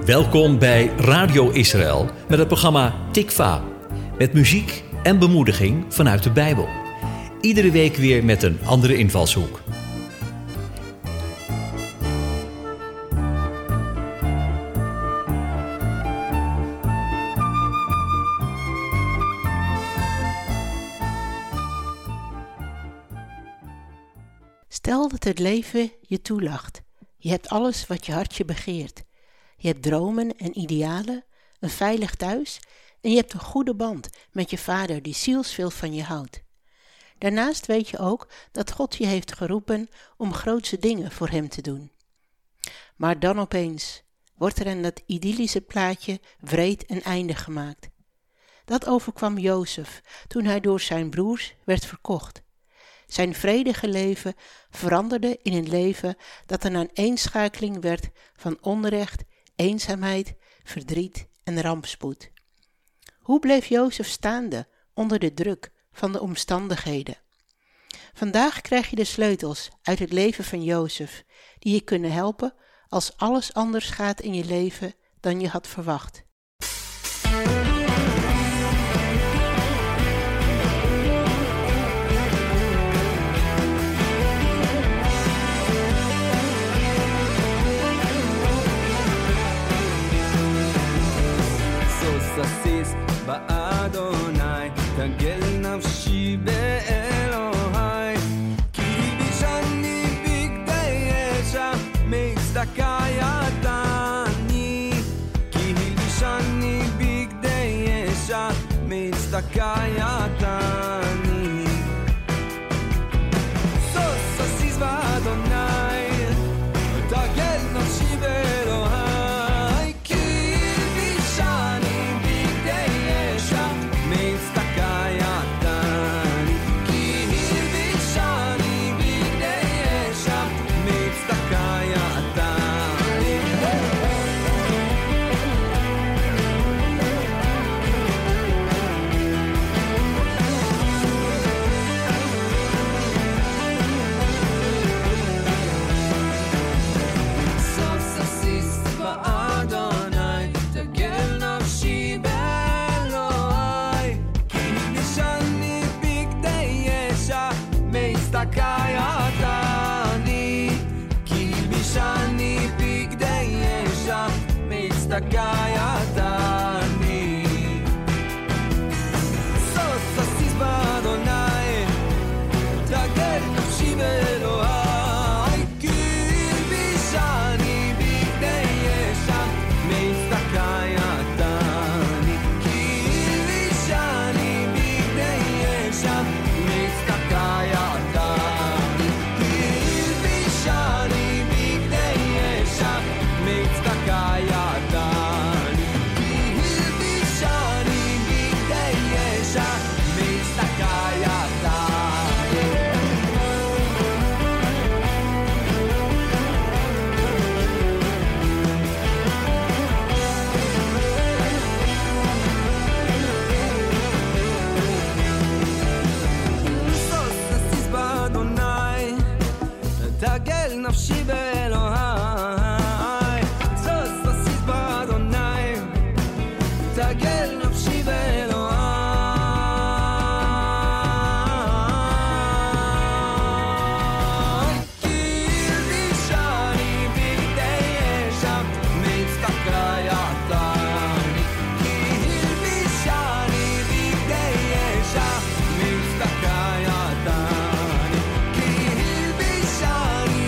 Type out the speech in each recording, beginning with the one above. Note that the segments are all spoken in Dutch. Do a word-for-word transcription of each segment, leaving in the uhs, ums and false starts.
Welkom bij Radio Israël met het programma Tikva. Met muziek en bemoediging vanuit de Bijbel. Iedere week weer met een andere invalshoek. Stel dat het leven je toelacht. Je hebt alles wat je hartje begeert. Je hebt dromen en idealen, een veilig thuis en je hebt een goede band met je vader die zielsveel van je houdt. Daarnaast weet je ook dat God je heeft geroepen om grootse dingen voor hem te doen. Maar dan opeens wordt er aan dat idyllische plaatje wreed een einde gemaakt. Dat overkwam Jozef toen hij door zijn broers werd verkocht. Zijn vredige leven veranderde in een leven dat een aaneenschakeling werd van onrecht, eenzaamheid, verdriet en rampspoed. Hoe bleef Jozef staande onder de druk van de omstandigheden? Vandaag krijg je de sleutels uit het leven van Jozef, die je kunnen helpen als alles anders gaat in je leven dan je had verwacht. Sasis ba'Adonai, tagel nafshi be'Elohai, ki bishani bigdei yesha, me'tzedakayatani, ki bishani bigdei yesha, me'tzedakayatani. So sasis ba'Adonai, tagel nafshi be'Elohai. Kayatani, so sasis ba'Adonai, tagel nafshi be'Elohai, ki bishani bigdei yesha, me'tzedakayatani, ki bishani bigdei yesha, me'tzedakayatani, ki bishani bigdei yesha, me'tzedakayatani. נפשי באלוהי, זוז תסיס באדוני, תגל נפשי באלוהי, כי הלבישני בגדי ישע, מצדקייתני, כי הלבישני בגדי ישע, מצדקייתני, כי הלבישני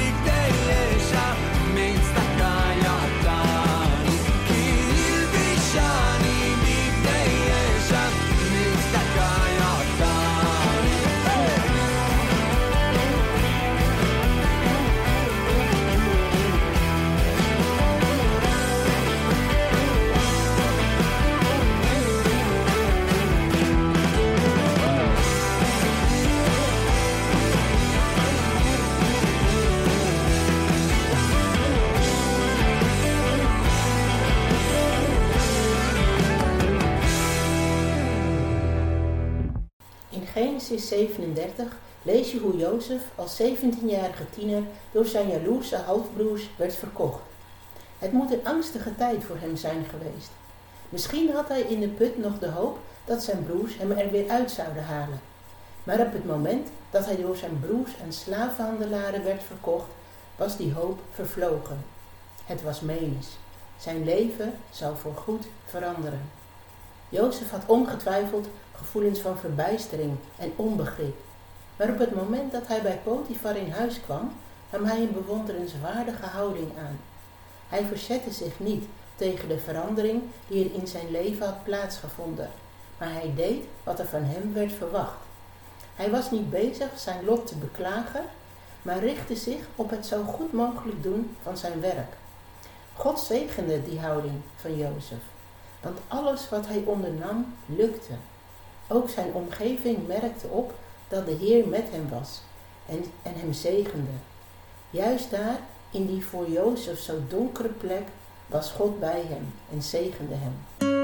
Genesis zevenendertig lees je hoe Jozef als zeventienjarige tiener door zijn jaloerse halfbroers werd verkocht. Het moet een angstige tijd voor hem zijn geweest. Misschien had hij in de put nog de hoop dat zijn broers hem er weer uit zouden halen. Maar op het moment dat hij door zijn broers en slavenhandelaren werd verkocht, was die hoop vervlogen. Het was menens. Zijn leven zou voorgoed veranderen. Jozef had ongetwijfeld gevoelens van verbijstering en onbegrip. Maar op het moment dat hij bij Potifar in huis kwam, nam hij een bewonderenswaardige houding aan. Hij verzette zich niet tegen de verandering die er in zijn leven had plaatsgevonden, maar hij deed wat er van hem werd verwacht. Hij was niet bezig zijn lot te beklagen, maar richtte zich op het zo goed mogelijk doen van zijn werk. God zegende die houding van Jozef, want alles wat hij ondernam lukte. Ook zijn omgeving merkte op dat de Heer met hem was en, en hem zegende. Juist daar, in die voor Jozef zo donkere plek, was God bij hem en zegende hem.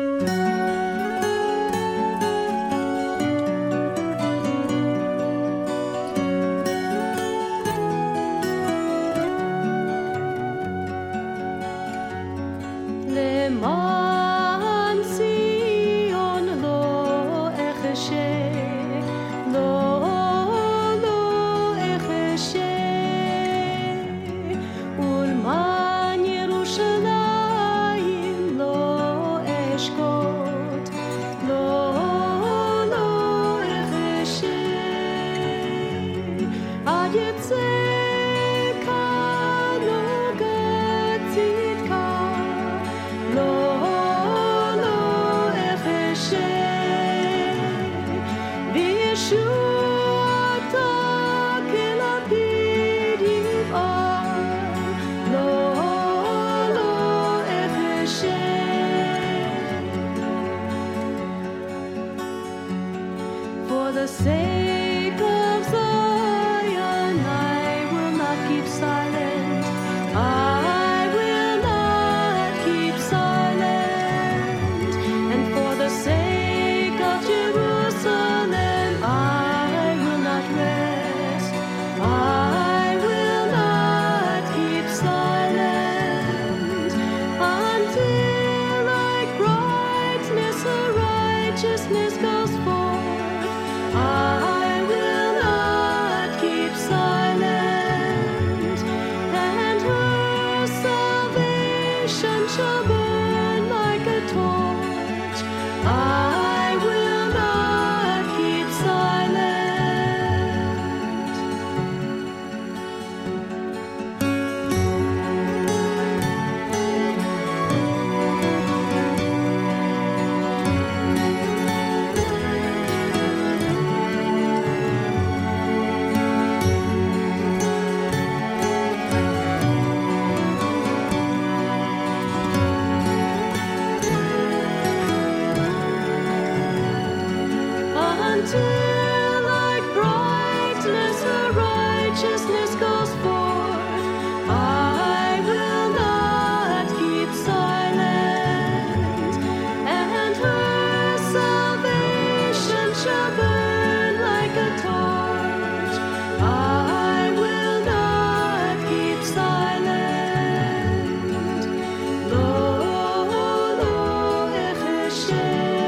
למען ציון לא אחשה, לא, לא אחשה, ולמען ירושלים לא אשקוט, לא, לא אחשה, עד יצא For the sake of Zion, I will not keep silent. I will not keep silent. And for the sake of Jerusalem, I will not rest. I will not keep silent until like brightness or righteousness goes forth. I will not keep silent, and her salvation shall burn like a torch. I will not keep silent. Until like brightness her righteousness goes forth, I will not keep silent, and her salvation shall burn like a torch. I will not keep silent. Lo, lo, echeshe.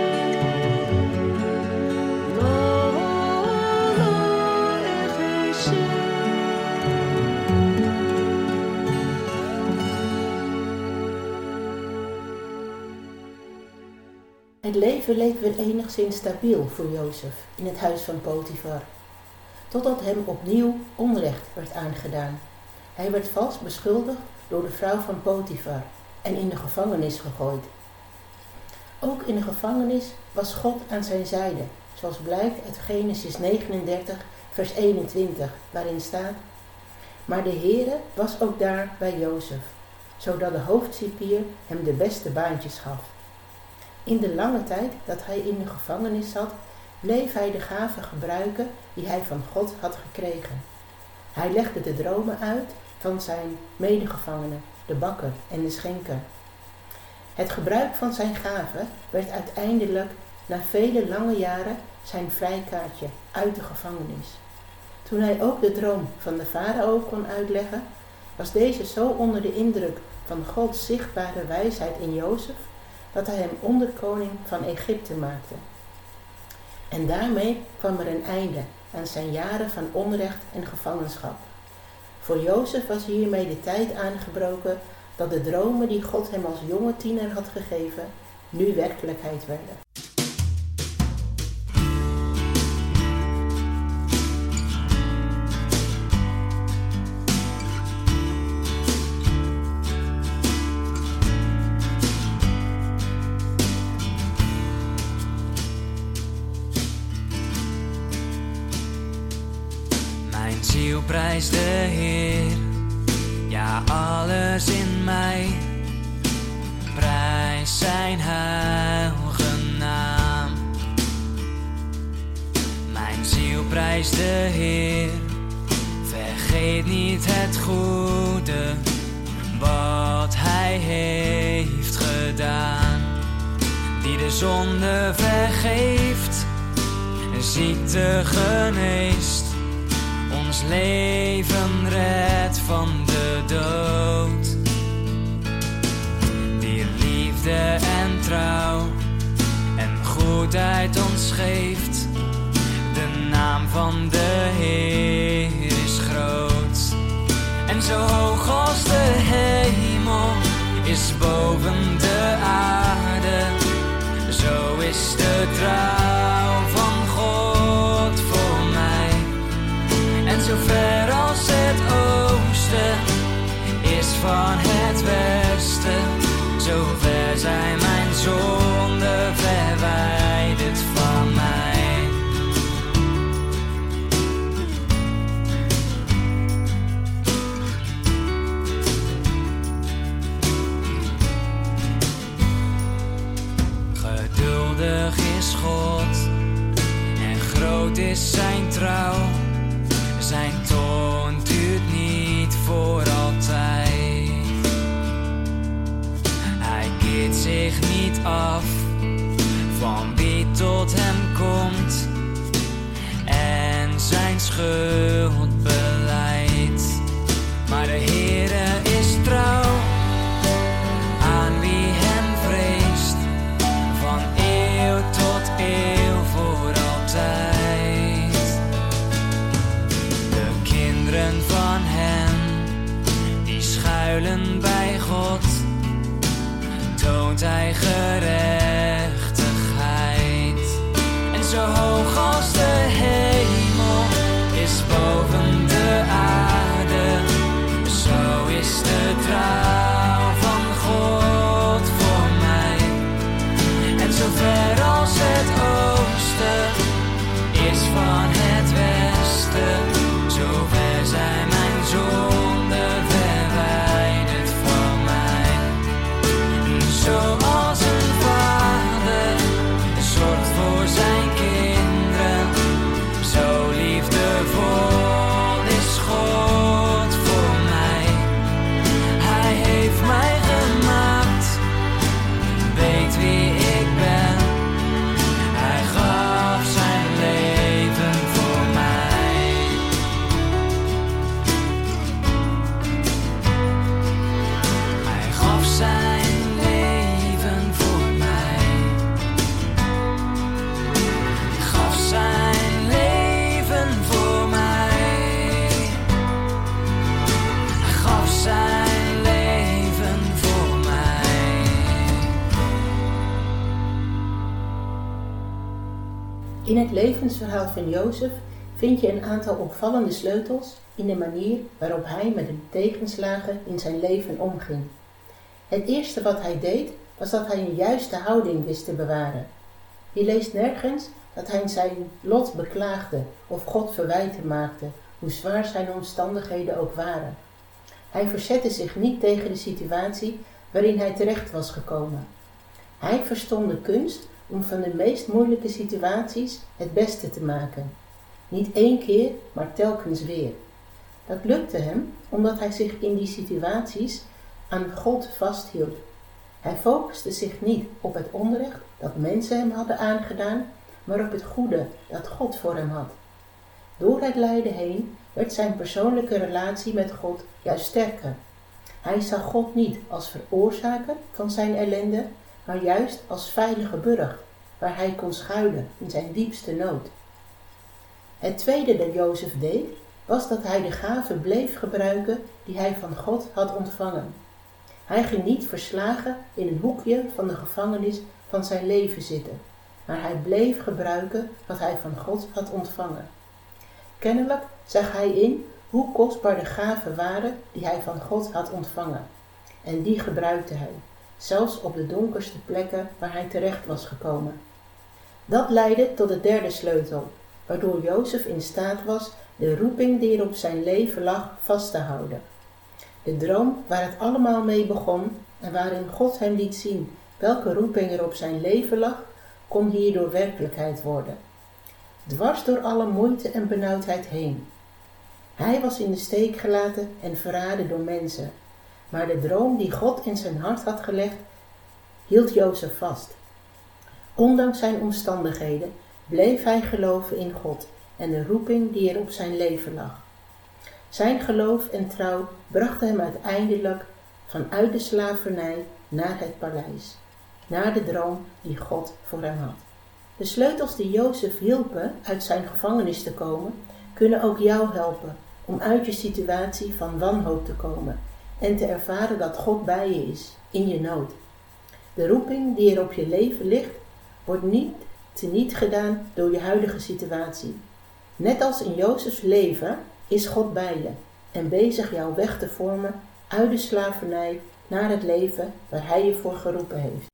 Het leven leek weer enigszins stabiel voor Jozef in het huis van Potifar, totdat hem opnieuw onrecht werd aangedaan. Hij werd vals beschuldigd door de vrouw van Potifar en in de gevangenis gegooid. Ook in de gevangenis was God aan zijn zijde, zoals blijkt uit Genesis negenendertig vers eenentwintig, waarin staat: Maar de Heere was ook daar bij Jozef, zodat de hoofdcipier hem de beste baantjes gaf. In de lange tijd dat hij in de gevangenis zat, bleef hij de gaven gebruiken die hij van God had gekregen. Hij legde de dromen uit van zijn medegevangenen, de bakker en de schenker. Het gebruik van zijn gaven werd uiteindelijk, na vele lange jaren, zijn vrijkaartje uit de gevangenis. Toen hij ook de droom van de farao kon uitleggen, was deze zo onder de indruk van Gods zichtbare wijsheid in Jozef dat hij hem onderkoning van Egypte maakte. En daarmee kwam er een einde aan zijn jaren van onrecht en gevangenschap. Voor Jozef was hiermee de tijd aangebroken dat de dromen die God hem als jonge tiener had gegeven, nu werkelijkheid werden. Mijn ziel prijst de Heer, ja alles in mij prijst zijn heilige naam. Mijn ziel prijst de Heer, vergeet niet het goede wat Hij heeft gedaan. Die de zonde vergeeft, ziekte geneest, ons leven redt van de dood. Die liefde en trouw en goedheid ons geeft. De naam van de Heer is groot. En zo hoog als de hemel is boven de aarde. Zo is de trouw van God voor mij. En zo ver als het oosten is van het westen, zo ver zijn mijn zonden verwijderd van mij. Geduldig is God en groot is zijn trouw. Zijn toorn duurt niet voor altijd. Hij keert zich niet af van wie tot hem komt en zijn schuld belijdt. Maar de Heere is trouw aan wie hem vreest, van eeuw tot eeuw voor altijd. Van hen die schuilen bij God, toont hij gerechtigheid. En zo hoog als de hemel is boven de aarde, zo is de trouw van God voor mij. En zo ver als het oosten is van het westen, zo ver zijn mijn zonden verwijderd van mij. Zoals een vader zorgt voor zijn kinderen, zo liefdevol is God voor mij. Hij heeft mij gemaakt, weet wie ik ben. Hij gaf zijn leven voor mij. Hij gaf zijn leven voor mij. Hij gaf zijn leven voor mij. Hij gaf zijn leven voor mij. In het levensverhaal van Jozef vind je een aantal opvallende sleutels in de manier waarop hij met de tegenslagen in zijn leven omging. Het eerste wat hij deed, was dat hij een juiste houding wist te bewaren. Je leest nergens dat hij zijn lot beklaagde of God verwijten maakte, hoe zwaar zijn omstandigheden ook waren. Hij verzette zich niet tegen de situatie waarin hij terecht was gekomen. Hij verstond de kunst om van de meest moeilijke situaties het beste te maken. Niet één keer, maar telkens weer. Dat lukte hem omdat hij zich in die situaties aan God vasthield. Hij focuste zich niet op het onrecht dat mensen hem hadden aangedaan, maar op het goede dat God voor hem had. Door het lijden heen werd zijn persoonlijke relatie met God juist sterker. Hij zag God niet als veroorzaker van zijn ellende, maar juist als veilige burcht, waar hij kon schuilen in zijn diepste nood. Het tweede dat Jozef deed, was dat hij de gave bleef gebruiken die hij van God had ontvangen. Hij ging niet verslagen in een hoekje van de gevangenis van zijn leven zitten, maar hij bleef gebruiken wat hij van God had ontvangen. Kennelijk zag hij in hoe kostbaar de gaven waren die hij van God had ontvangen. En die gebruikte hij, zelfs op de donkerste plekken waar hij terecht was gekomen. Dat leidde tot de derde sleutel, waardoor Jozef in staat was de roeping die er op zijn leven lag vast te houden. De droom waar het allemaal mee begon en waarin God hem liet zien welke roeping er op zijn leven lag, kon hierdoor werkelijkheid worden. Dwars door alle moeite en benauwdheid heen. Hij was in de steek gelaten en verraden door mensen, maar de droom die God in zijn hart had gelegd, hield Jozef vast. Ondanks zijn omstandigheden bleef hij geloven in God en de roeping die er op zijn leven lag. Zijn geloof en trouw brachten hem uiteindelijk vanuit de slavernij naar het paleis, naar de droom die God voor hem had. De sleutels die Jozef hielpen uit zijn gevangenis te komen, kunnen ook jou helpen om uit je situatie van wanhoop te komen en te ervaren dat God bij je is, in je nood. De roeping die er op je leven ligt, wordt niet teniet gedaan door je huidige situatie. Net als in Jozefs leven is God bij je en bezig jouw weg te vormen uit de slavernij naar het leven waar Hij je voor geroepen heeft.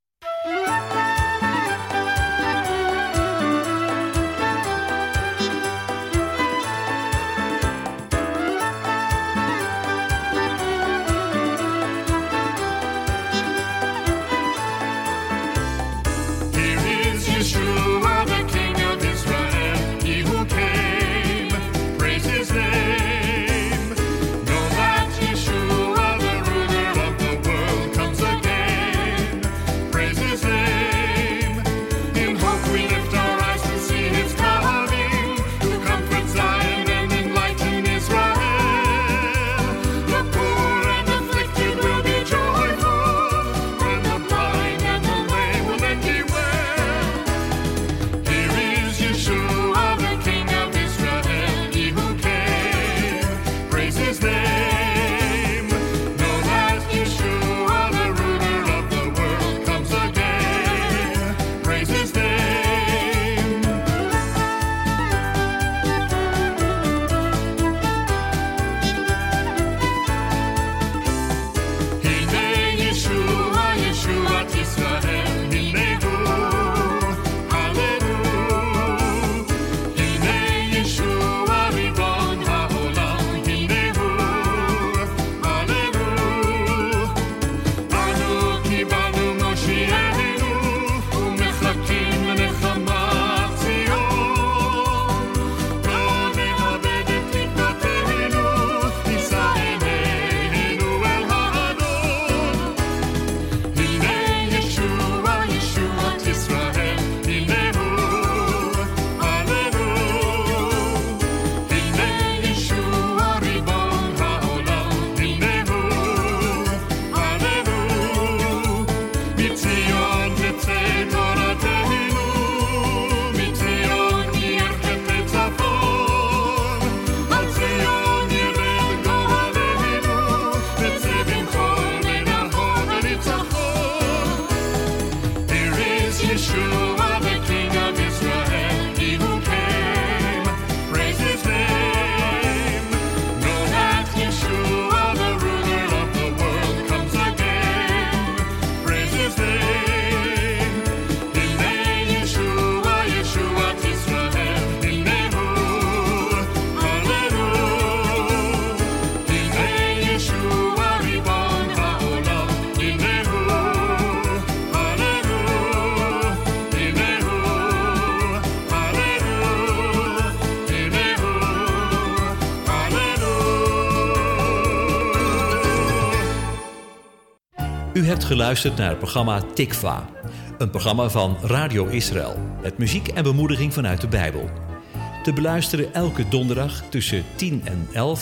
U hebt geluisterd naar het programma Tikva, een programma van Radio Israël, met muziek en bemoediging vanuit de Bijbel. Te beluisteren elke donderdag tussen tien en elf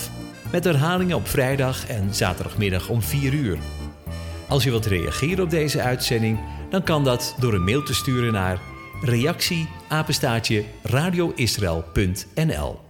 met herhalingen op vrijdag en zaterdagmiddag om vier uur. Als je wilt reageren op deze uitzending, dan kan dat door een mail te sturen naar reactie apenstaartje radioisrael punt n l.